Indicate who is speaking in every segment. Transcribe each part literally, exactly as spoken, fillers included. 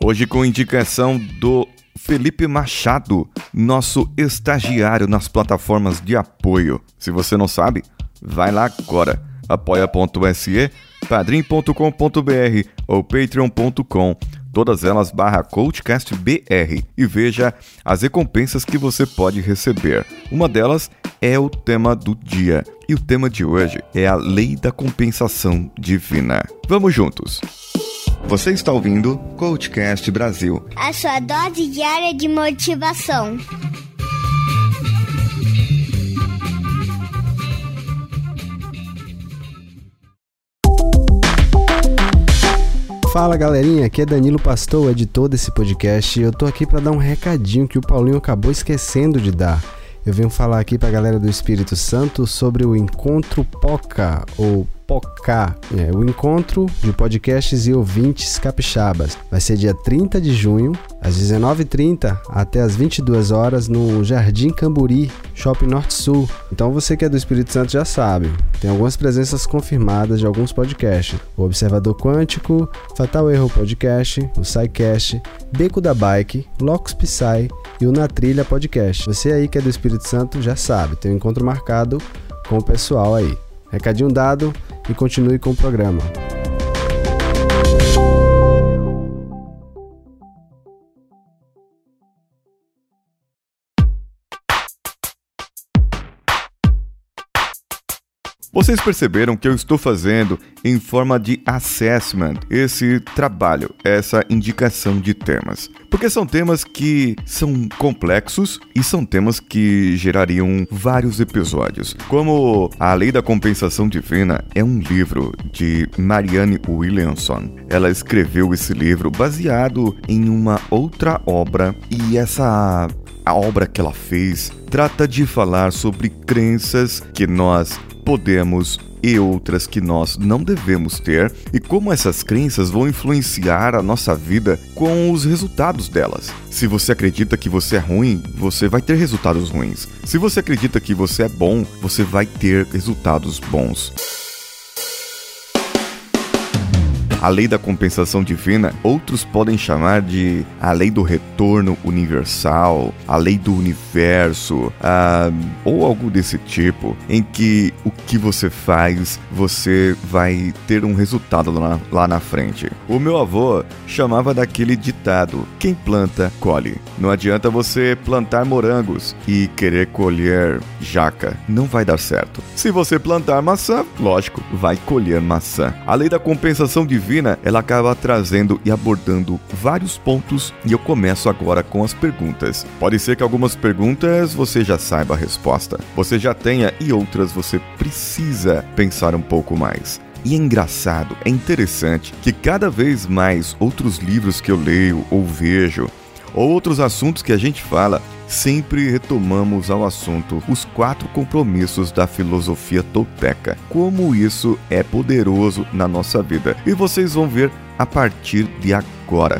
Speaker 1: Hoje com indicação do Felipe Machado, nosso estagiário nas plataformas de apoio. Se você não sabe, vai lá agora, apoia.se, padrim ponto com ponto br ou patreon ponto com, todas elas barra CoachCastBR, e veja as recompensas que você pode receber. Uma delas é o tema do dia, e o tema de hoje é a Lei da Compensação Divina. Vamos juntos! Você está ouvindo CoachCast Brasil,
Speaker 2: a sua dose diária de motivação.
Speaker 3: Fala galerinha, aqui é Danilo Pastor, editor desse podcast, e eu tô aqui para dar um recadinho que o Paulinho acabou esquecendo de dar. Eu venho falar aqui pra galera do Espírito Santo sobre o Encontro Poca, ou Poca, é, o Encontro de Podcasts e Ouvintes Capixabas. Vai ser dia trinta de junho, às dezenove e trinta até às vinte e duas horas, no Jardim Camburi, Shopping Norte Sul. Então você que é do Espírito Santo já sabe, tem algumas presenças confirmadas de alguns podcasts: o Observador Quântico, Fatal Erro Podcast, o SciCast, Beco da Bike, Locus Psy e o Na Trilha Podcast. Você aí que é do Espírito Santo já sabe, tem um encontro marcado com o pessoal aí. Recadinho dado e continue com o programa.
Speaker 1: Vocês perceberam que eu estou fazendo em forma de assessment esse trabalho, essa indicação de temas. Porque são temas que são complexos e são temas que gerariam vários episódios. Como A Lei da Compensação Divina é um livro de Marianne Williamson. Ela escreveu esse livro baseado em uma outra obra, e essa a obra que ela fez trata de falar sobre crenças que nós podemos e outras que nós não devemos ter, e como essas crenças vão influenciar a nossa vida com os resultados delas. Se você acredita que você é ruim, você vai ter resultados ruins. Se você acredita que você é bom, você vai ter resultados bons. A lei da compensação divina, outros podem chamar de a lei do retorno universal, a lei do universo, ah, ou algo desse tipo, em que o que você faz, você vai ter um resultado lá, lá na frente. O meu avô chamava daquele ditado: quem planta, colhe. Não adianta você plantar morangos e querer colher jaca, não vai dar certo. Se você plantar maçã, lógico, vai colher maçã. A lei da compensação divina, ela acaba trazendo e abordando vários pontos, e eu começo agora com as perguntas. Pode ser que algumas perguntas você já saiba a resposta, você já tenha, e outras você precisa pensar um pouco mais. E é engraçado, é interessante que cada vez mais outros livros que eu leio ou vejo, ou outros assuntos que a gente fala, sempre retomamos ao assunto os quatro compromissos da filosofia tolteca. Como isso é poderoso na nossa vida. E vocês vão ver a partir de agora.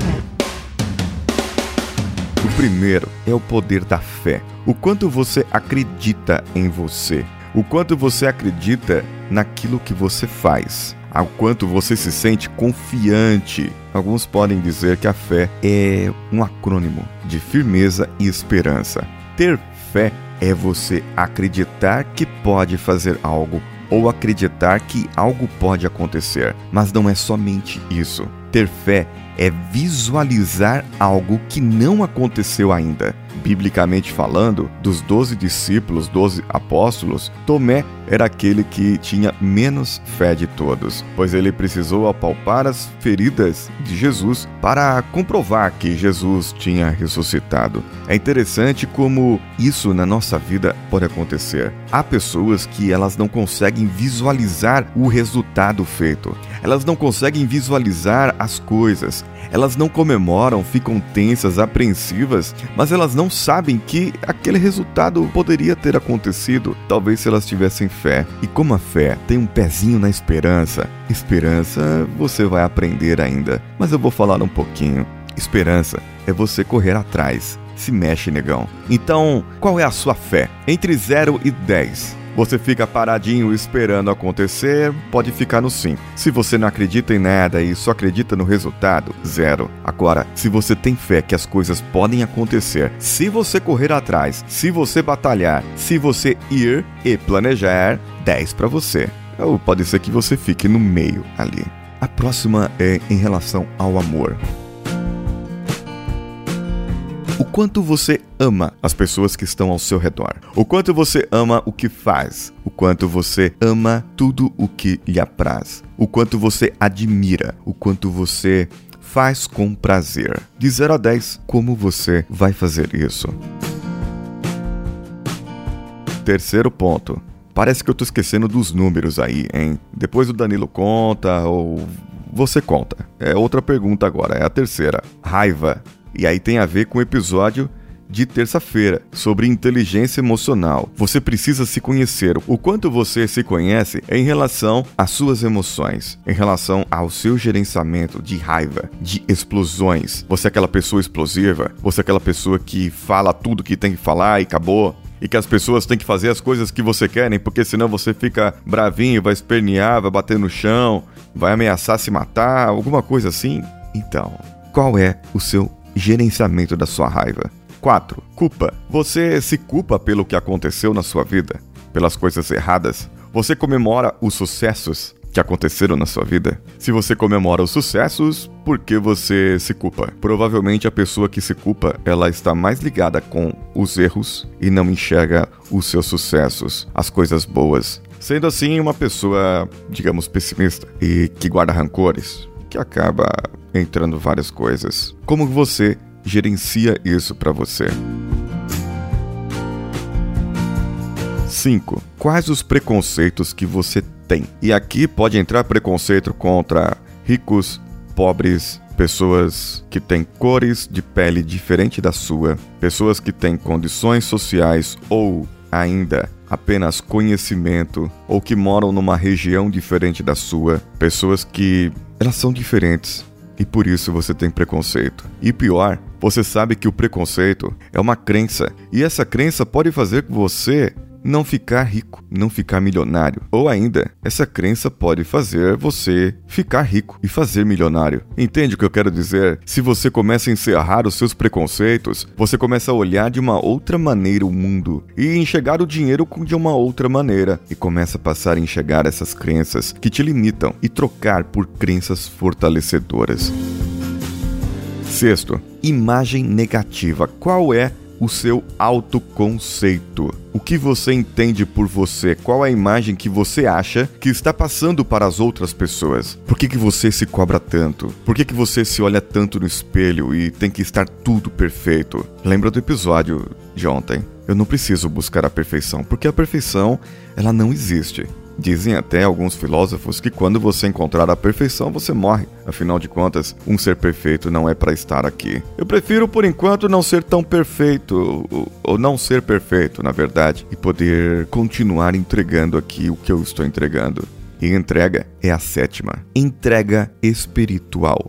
Speaker 1: O primeiro é o poder da fé. O quanto você acredita em você. O quanto você acredita naquilo que você faz. Ao quanto você se sente confiante. Alguns podem dizer que a fé é um acrônimo de firmeza e esperança. Ter fé é você acreditar que pode fazer algo, ou acreditar que algo pode acontecer. Mas não é somente isso. Ter fé é visualizar algo que não aconteceu ainda. Biblicamente falando, dos doze discípulos, doze apóstolos, Tomé era aquele que tinha menos fé de todos, pois ele precisou apalpar as feridas de Jesus para comprovar que Jesus tinha ressuscitado. É interessante como isso na nossa vida pode acontecer. Há pessoas que elas não conseguem visualizar o resultado feito. Elas não conseguem visualizar as coisas. Elas não comemoram, ficam tensas, apreensivas, mas elas não sabem que aquele resultado poderia ter acontecido, talvez se elas tivessem fé. E como a fé tem um pezinho na esperança, esperança você vai aprender ainda, mas eu vou falar um pouquinho. Esperança é você correr atrás. Se mexe, negão. Então, qual é a sua fé? Entre zero e dez. Você fica paradinho esperando acontecer, pode ficar no sim. Se você não acredita em nada e só acredita no resultado, zero. Agora, se você tem fé que as coisas podem acontecer, se você correr atrás, se você batalhar, se você ir e planejar, dez para você. Ou pode ser que você fique no meio ali. A próxima é em relação ao amor. O quanto você ama as pessoas que estão ao seu redor. O quanto você ama o que faz. O quanto você ama tudo o que lhe apraz. O quanto você admira. O quanto você faz com prazer. De zero a dez, como você vai fazer isso? Terceiro ponto. Parece que eu tô esquecendo dos números aí, hein? Depois o Danilo conta ou você conta. É outra pergunta agora, é a terceira. Raiva. E aí tem a ver com o episódio de terça-feira, sobre inteligência emocional. Você precisa se conhecer. O quanto você se conhece em relação às suas emoções, em relação ao seu gerenciamento de raiva, de explosões. Você é aquela pessoa explosiva? Você é aquela pessoa que fala tudo que tem que falar e acabou? E que as pessoas têm que fazer as coisas que você querem, porque senão você fica bravinho, vai espernear, vai bater no chão, vai ameaçar se matar, alguma coisa assim? Então, qual é o seu gerenciamento da sua raiva? quatro. Culpa. Você se culpa pelo que aconteceu na sua vida? Pelas coisas erradas? Você comemora os sucessos que aconteceram na sua vida? Se você comemora os sucessos, por que você se culpa? Provavelmente a pessoa que se culpa, ela está mais ligada com os erros e não enxerga os seus sucessos, as coisas boas. Sendo assim, uma pessoa, digamos, pessimista e que guarda rancores, que acaba entrando várias coisas. Como você gerencia isso para você? cinco. Quais os preconceitos que você tem? E aqui pode entrar preconceito contra ricos, pobres, pessoas que têm cores de pele diferente da sua, pessoas que têm condições sociais ou ainda apenas conhecimento, ou que moram numa região diferente da sua, pessoas que elas são diferentes. E por isso você tem preconceito. E pior, você sabe que o preconceito é uma crença. E essa crença pode fazer com você não ficar rico, não ficar milionário. Ou ainda, essa crença pode fazer você ficar rico e fazer milionário. Entende o que eu quero dizer? Se você começa a encerrar os seus preconceitos, você começa a olhar de uma outra maneira o mundo e enxergar o dinheiro de uma outra maneira. E começa a passar a enxergar essas crenças que te limitam e trocar por crenças fortalecedoras. Sexto, imagem negativa. Qual é o seu autoconceito? O que você entende por você? Qual é a imagem que você acha que está passando para as outras pessoas? Por que que você se cobra tanto? Por que que você se olha tanto no espelho e tem que estar tudo perfeito? Lembra do episódio de ontem? Eu não preciso buscar a perfeição, porque a perfeição, ela não existe. Dizem até alguns filósofos que quando você encontrar a perfeição, você morre. Afinal de contas, um ser perfeito não é para estar aqui. Eu prefiro, por enquanto, não ser tão perfeito, ou não ser perfeito, na verdade, e poder continuar entregando aqui o que eu estou entregando. E entrega é a sétima. Entrega espiritual.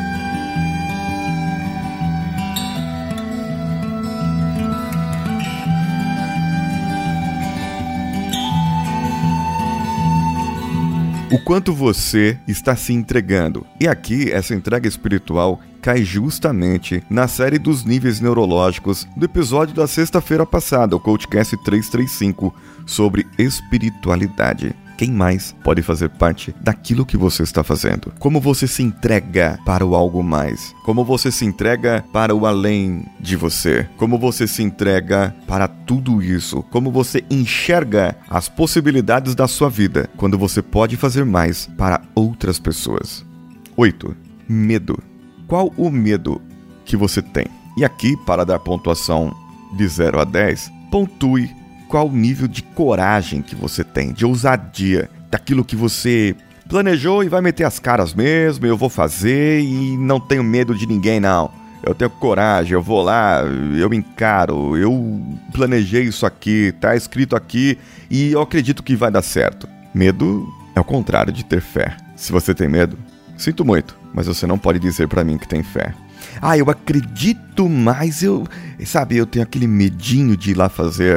Speaker 1: O quanto você está se entregando. E aqui, essa entrega espiritual cai justamente na série dos níveis neurológicos do episódio da sexta-feira passada, o CoachCast trezentos e trinta e cinco, sobre espiritualidade. Quem mais pode fazer parte daquilo que você está fazendo? Como você se entrega para o algo mais? Como você se entrega para o além de você? Como você se entrega para tudo isso? Como você enxerga as possibilidades da sua vida quando você pode fazer mais para outras pessoas? oito. Medo. Qual o medo que você tem? E aqui, para dar pontuação de zero a dez, pontue qual o nível de coragem que você tem, de ousadia, daquilo que você planejou e vai meter as caras mesmo, eu vou fazer e não tenho medo de ninguém, não. Eu tenho coragem, eu vou lá, eu encaro, eu planejei isso aqui, tá escrito aqui e eu acredito que vai dar certo. Medo é o contrário de ter fé. Se você tem medo, sinto muito, mas você não pode dizer pra mim que tem fé. Ah, eu acredito, mas eu, sabe, eu tenho aquele medinho de ir lá fazer,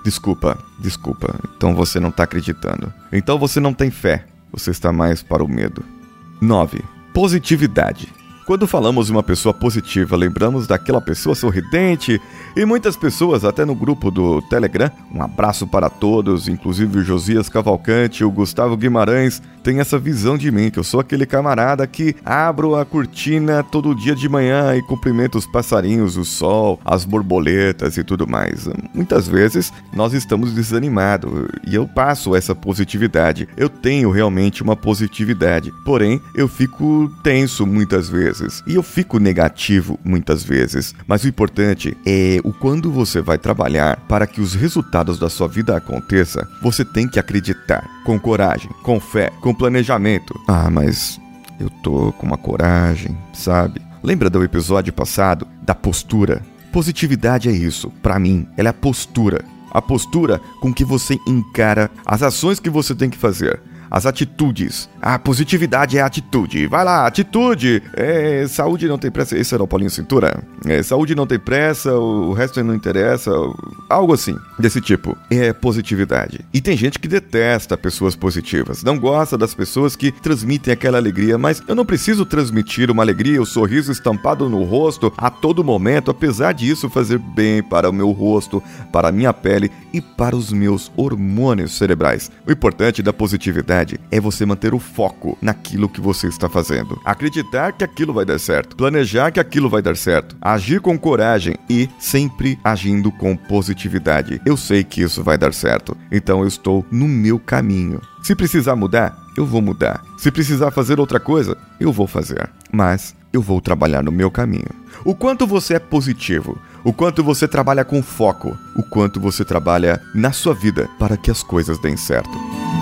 Speaker 1: Desculpa, desculpa. Então você não está acreditando. Então você não tem fé. Você está mais para o medo. nove. Positividade. Quando falamos de uma pessoa positiva, lembramos daquela pessoa sorridente e muitas pessoas, até no grupo do Telegram, um abraço para todos, inclusive o Josias Cavalcante, o Gustavo Guimarães, tem essa visão de mim, que eu sou aquele camarada que abro a cortina todo dia de manhã e cumprimento os passarinhos, o sol, as borboletas e tudo mais. Muitas vezes nós estamos desanimados e eu passo essa positividade. Eu tenho realmente uma positividade, porém eu fico tenso muitas vezes. E eu fico negativo muitas vezes, mas o importante é o quando você vai trabalhar para que os resultados da sua vida aconteçam, você tem que acreditar, com coragem, com fé, com planejamento. Ah, mas eu tô com uma coragem, sabe? Lembra do episódio passado da postura? Positividade é isso, pra mim, ela é a postura. A postura com que você encara as ações que você tem que fazer. As atitudes. A positividade é a atitude. Vai lá, atitude. É, saúde não tem pressa. Esse era o Paulinho Cintura? É, saúde não tem pressa, o resto não interessa. Algo assim, desse tipo. É positividade. E tem gente que detesta pessoas positivas. Não gosta das pessoas que transmitem aquela alegria. Mas eu não preciso transmitir uma alegria, o um sorriso estampado no rosto a todo momento. Apesar disso fazer bem para o meu rosto, para a minha pele e para os meus hormônios cerebrais. O importante da positividade é você manter o foco naquilo que você está fazendo. Acreditar que aquilo vai dar certo. Planejar que aquilo vai dar certo. Agir com coragem e sempre agindo com positividade. Eu sei que isso vai dar certo. Então eu estou no meu caminho. Se precisar mudar, eu vou mudar. Se precisar fazer outra coisa, eu vou fazer. Mas eu vou trabalhar no meu caminho. O quanto você é positivo, o quanto você trabalha com foco, o quanto você trabalha na sua vida para que as coisas deem certo.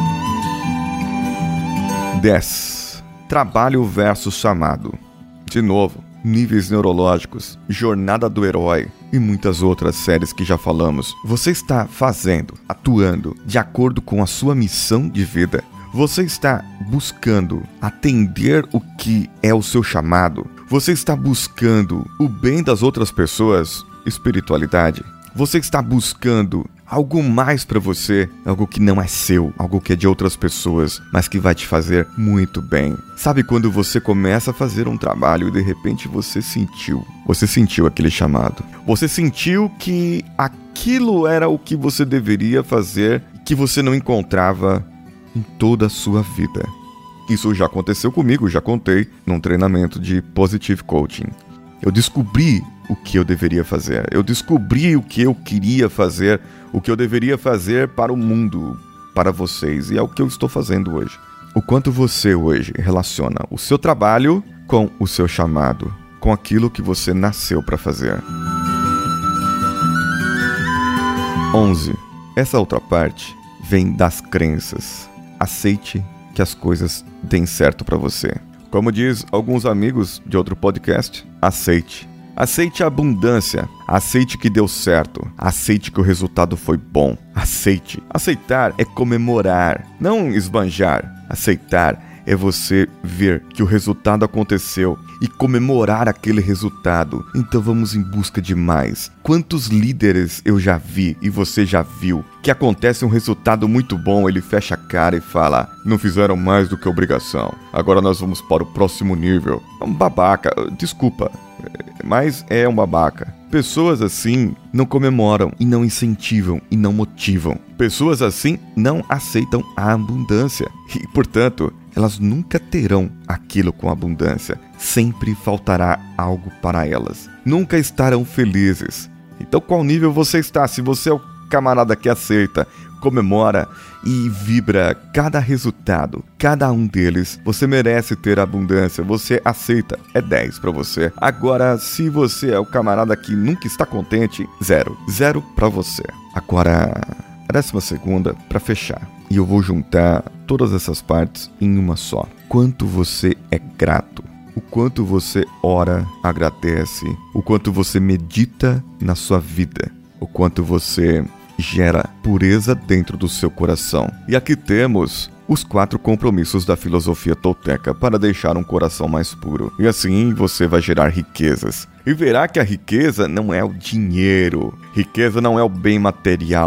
Speaker 1: dez. Trabalho versus chamado. De novo, níveis neurológicos, Jornada do Herói e muitas outras séries que já falamos. Você está fazendo, atuando de acordo com a sua missão de vida. Você está buscando atender o que é o seu chamado. Você está buscando o bem das outras pessoas, espiritualidade. Você está buscando algo mais para você, algo que não é seu, algo que é de outras pessoas, mas que vai te fazer muito bem. Sabe quando você começa a fazer um trabalho e de repente você sentiu, você sentiu aquele chamado. Você sentiu que aquilo era o que você deveria fazer, que você não encontrava em toda a sua vida. Isso já aconteceu comigo, já contei num treinamento de Positive Coaching. Eu descobri o que eu deveria fazer. Eu descobri o que eu queria fazer, o que eu deveria fazer para o mundo, para vocês. E é o que eu estou fazendo hoje. O quanto você hoje relaciona o seu trabalho com o seu chamado, com aquilo que você nasceu para fazer. onze. Essa outra parte vem das crenças. Aceite que as coisas deem certo para você. Como diz alguns amigos de outro podcast, aceite. Aceite a abundância, aceite que deu certo, aceite que o resultado foi bom, aceite. Aceitar é comemorar, não esbanjar. Aceitar é você ver que o resultado aconteceu e comemorar aquele resultado. Então vamos em busca de mais. Quantos líderes eu já vi e você já viu que acontece um resultado muito bom, ele fecha a cara e fala: não fizeram mais do que obrigação, agora nós vamos para o próximo nível. É um babaca, desculpa, mas é um babaca. Pessoas assim não comemoram e não incentivam e não motivam. Pessoas assim não aceitam a abundância e, portanto, elas nunca terão aquilo com abundância. Sempre faltará algo para elas. Nunca estarão felizes. Então, qual nível você está? Se você é o camarada que aceita, comemora e vibra cada resultado, cada um deles, você merece ter abundância, você aceita, é dez para você. Agora, se você é o camarada que nunca está contente, zero. Zero para você. Agora, a décima segunda, para fechar. E eu vou juntar todas essas partes em uma só. Quanto você é grato. O quanto você ora, agradece. O quanto você medita na sua vida. O quanto você gera pureza dentro do seu coração. E aqui temos os quatro compromissos da filosofia tolteca para deixar um coração mais puro. E assim você vai gerar riquezas. E verá que a riqueza não é o dinheiro. Riqueza não é o bem material.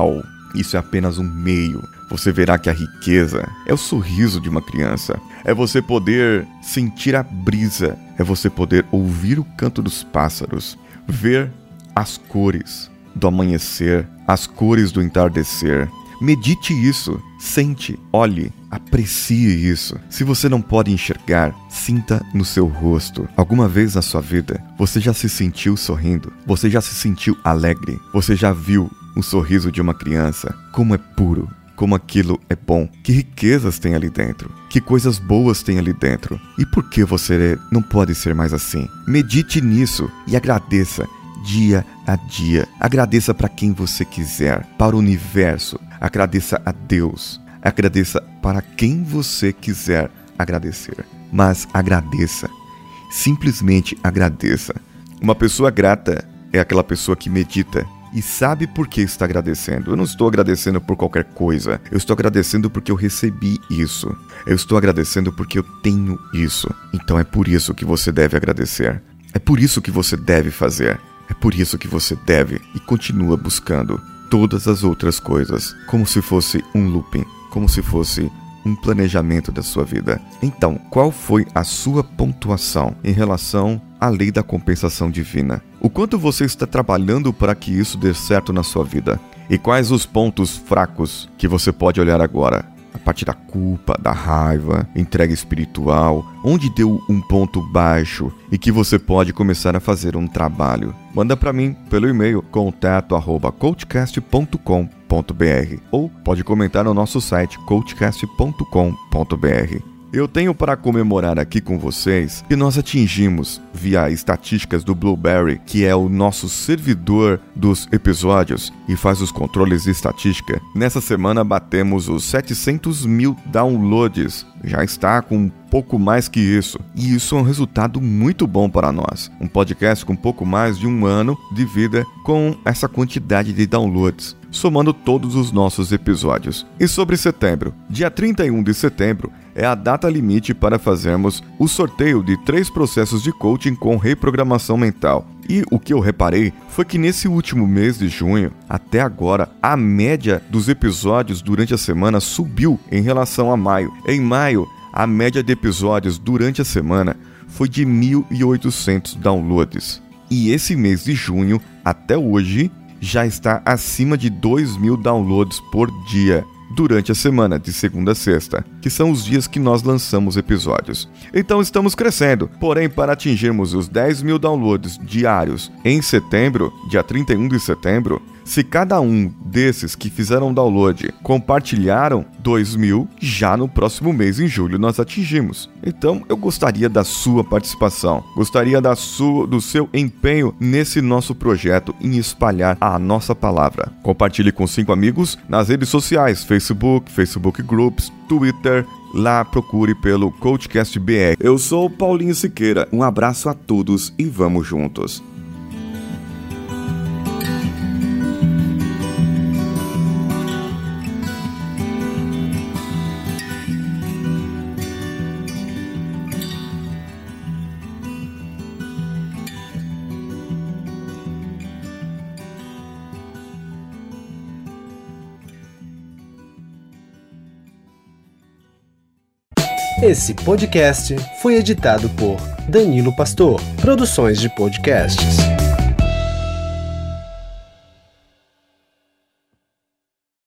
Speaker 1: Isso é apenas um meio. Você verá que a riqueza é o sorriso de uma criança. É você poder sentir a brisa. É você poder ouvir o canto dos pássaros. Ver as cores do amanhecer, as cores do entardecer. Medite isso. Sente, olhe, aprecie isso. Se você não pode enxergar, sinta no seu rosto. Alguma vez na sua vida, você já se sentiu sorrindo? Você já se sentiu alegre? Você já viu o sorriso de uma criança? Como é puro, como aquilo é bom. Que riquezas tem ali dentro. Que coisas boas tem ali dentro. E por que você não pode ser mais assim? Medite nisso e agradeça dia a dia. Agradeça para quem você quiser, para o universo. Agradeça a Deus. Agradeça para quem você quiser agradecer. Mas agradeça. Simplesmente agradeça. Uma pessoa grata é aquela pessoa que medita e sabe por que está agradecendo. Eu não estou agradecendo por qualquer coisa. Eu estou agradecendo porque eu recebi isso. Eu estou agradecendo porque eu tenho isso. Então é por isso que você deve agradecer. É por isso que você deve fazer. É por isso que você deve e continua buscando todas as outras coisas, como se fosse um looping, como se fosse um planejamento da sua vida. Então, qual foi a sua pontuação em relação à lei da compensação divina? O quanto você está trabalhando para que isso dê certo na sua vida? E quais os pontos fracos que você pode olhar agora? A parte da culpa, da raiva, entrega espiritual, onde deu um ponto baixo e que você pode começar a fazer um trabalho. Manda para mim pelo e-mail contato arroba coachcast ponto com ponto br ou pode comentar no nosso site coachcast ponto com ponto br. Eu tenho para comemorar aqui com vocês que nós atingimos, via estatísticas do Blueberry, que é o nosso servidor dos episódios e faz os controles de estatística. Nessa semana batemos os setecentos mil downloads. Já está com um pouco mais que isso. E isso é um resultado muito bom para nós. Um podcast com pouco mais de um ano de vida com essa quantidade de downloads, somando todos os nossos episódios. E sobre setembro, dia trinta e um de setembro, é a data limite para fazermos o sorteio de três processos de coaching com reprogramação mental. E o que eu reparei foi que nesse último mês de junho, até agora, a média dos episódios durante a semana subiu em relação a maio. Em maio, a média de episódios durante a semana foi de mil e oitocentos downloads. E esse mês de junho, até hoje, já está acima de dois mil downloads por dia durante a semana, de segunda a sexta, que são os dias que nós lançamos episódios. Então estamos crescendo, porém para atingirmos os dez mil downloads diários em setembro, dia trinta e um de setembro, se cada um desses que fizeram download compartilharam dois mil, já no próximo mês, em julho, nós atingimos. Então, eu gostaria da sua participação, gostaria da sua, do seu empenho nesse nosso projeto em espalhar a nossa palavra. Compartilhe com cinco amigos nas redes sociais, Facebook, Facebook Groups, Twitter. Lá procure pelo Coachcast B R. Eu sou o Paulinho Siqueira. Um abraço a todos e vamos juntos.
Speaker 3: Esse podcast foi editado por Danilo Pastor, Produções de Podcasts.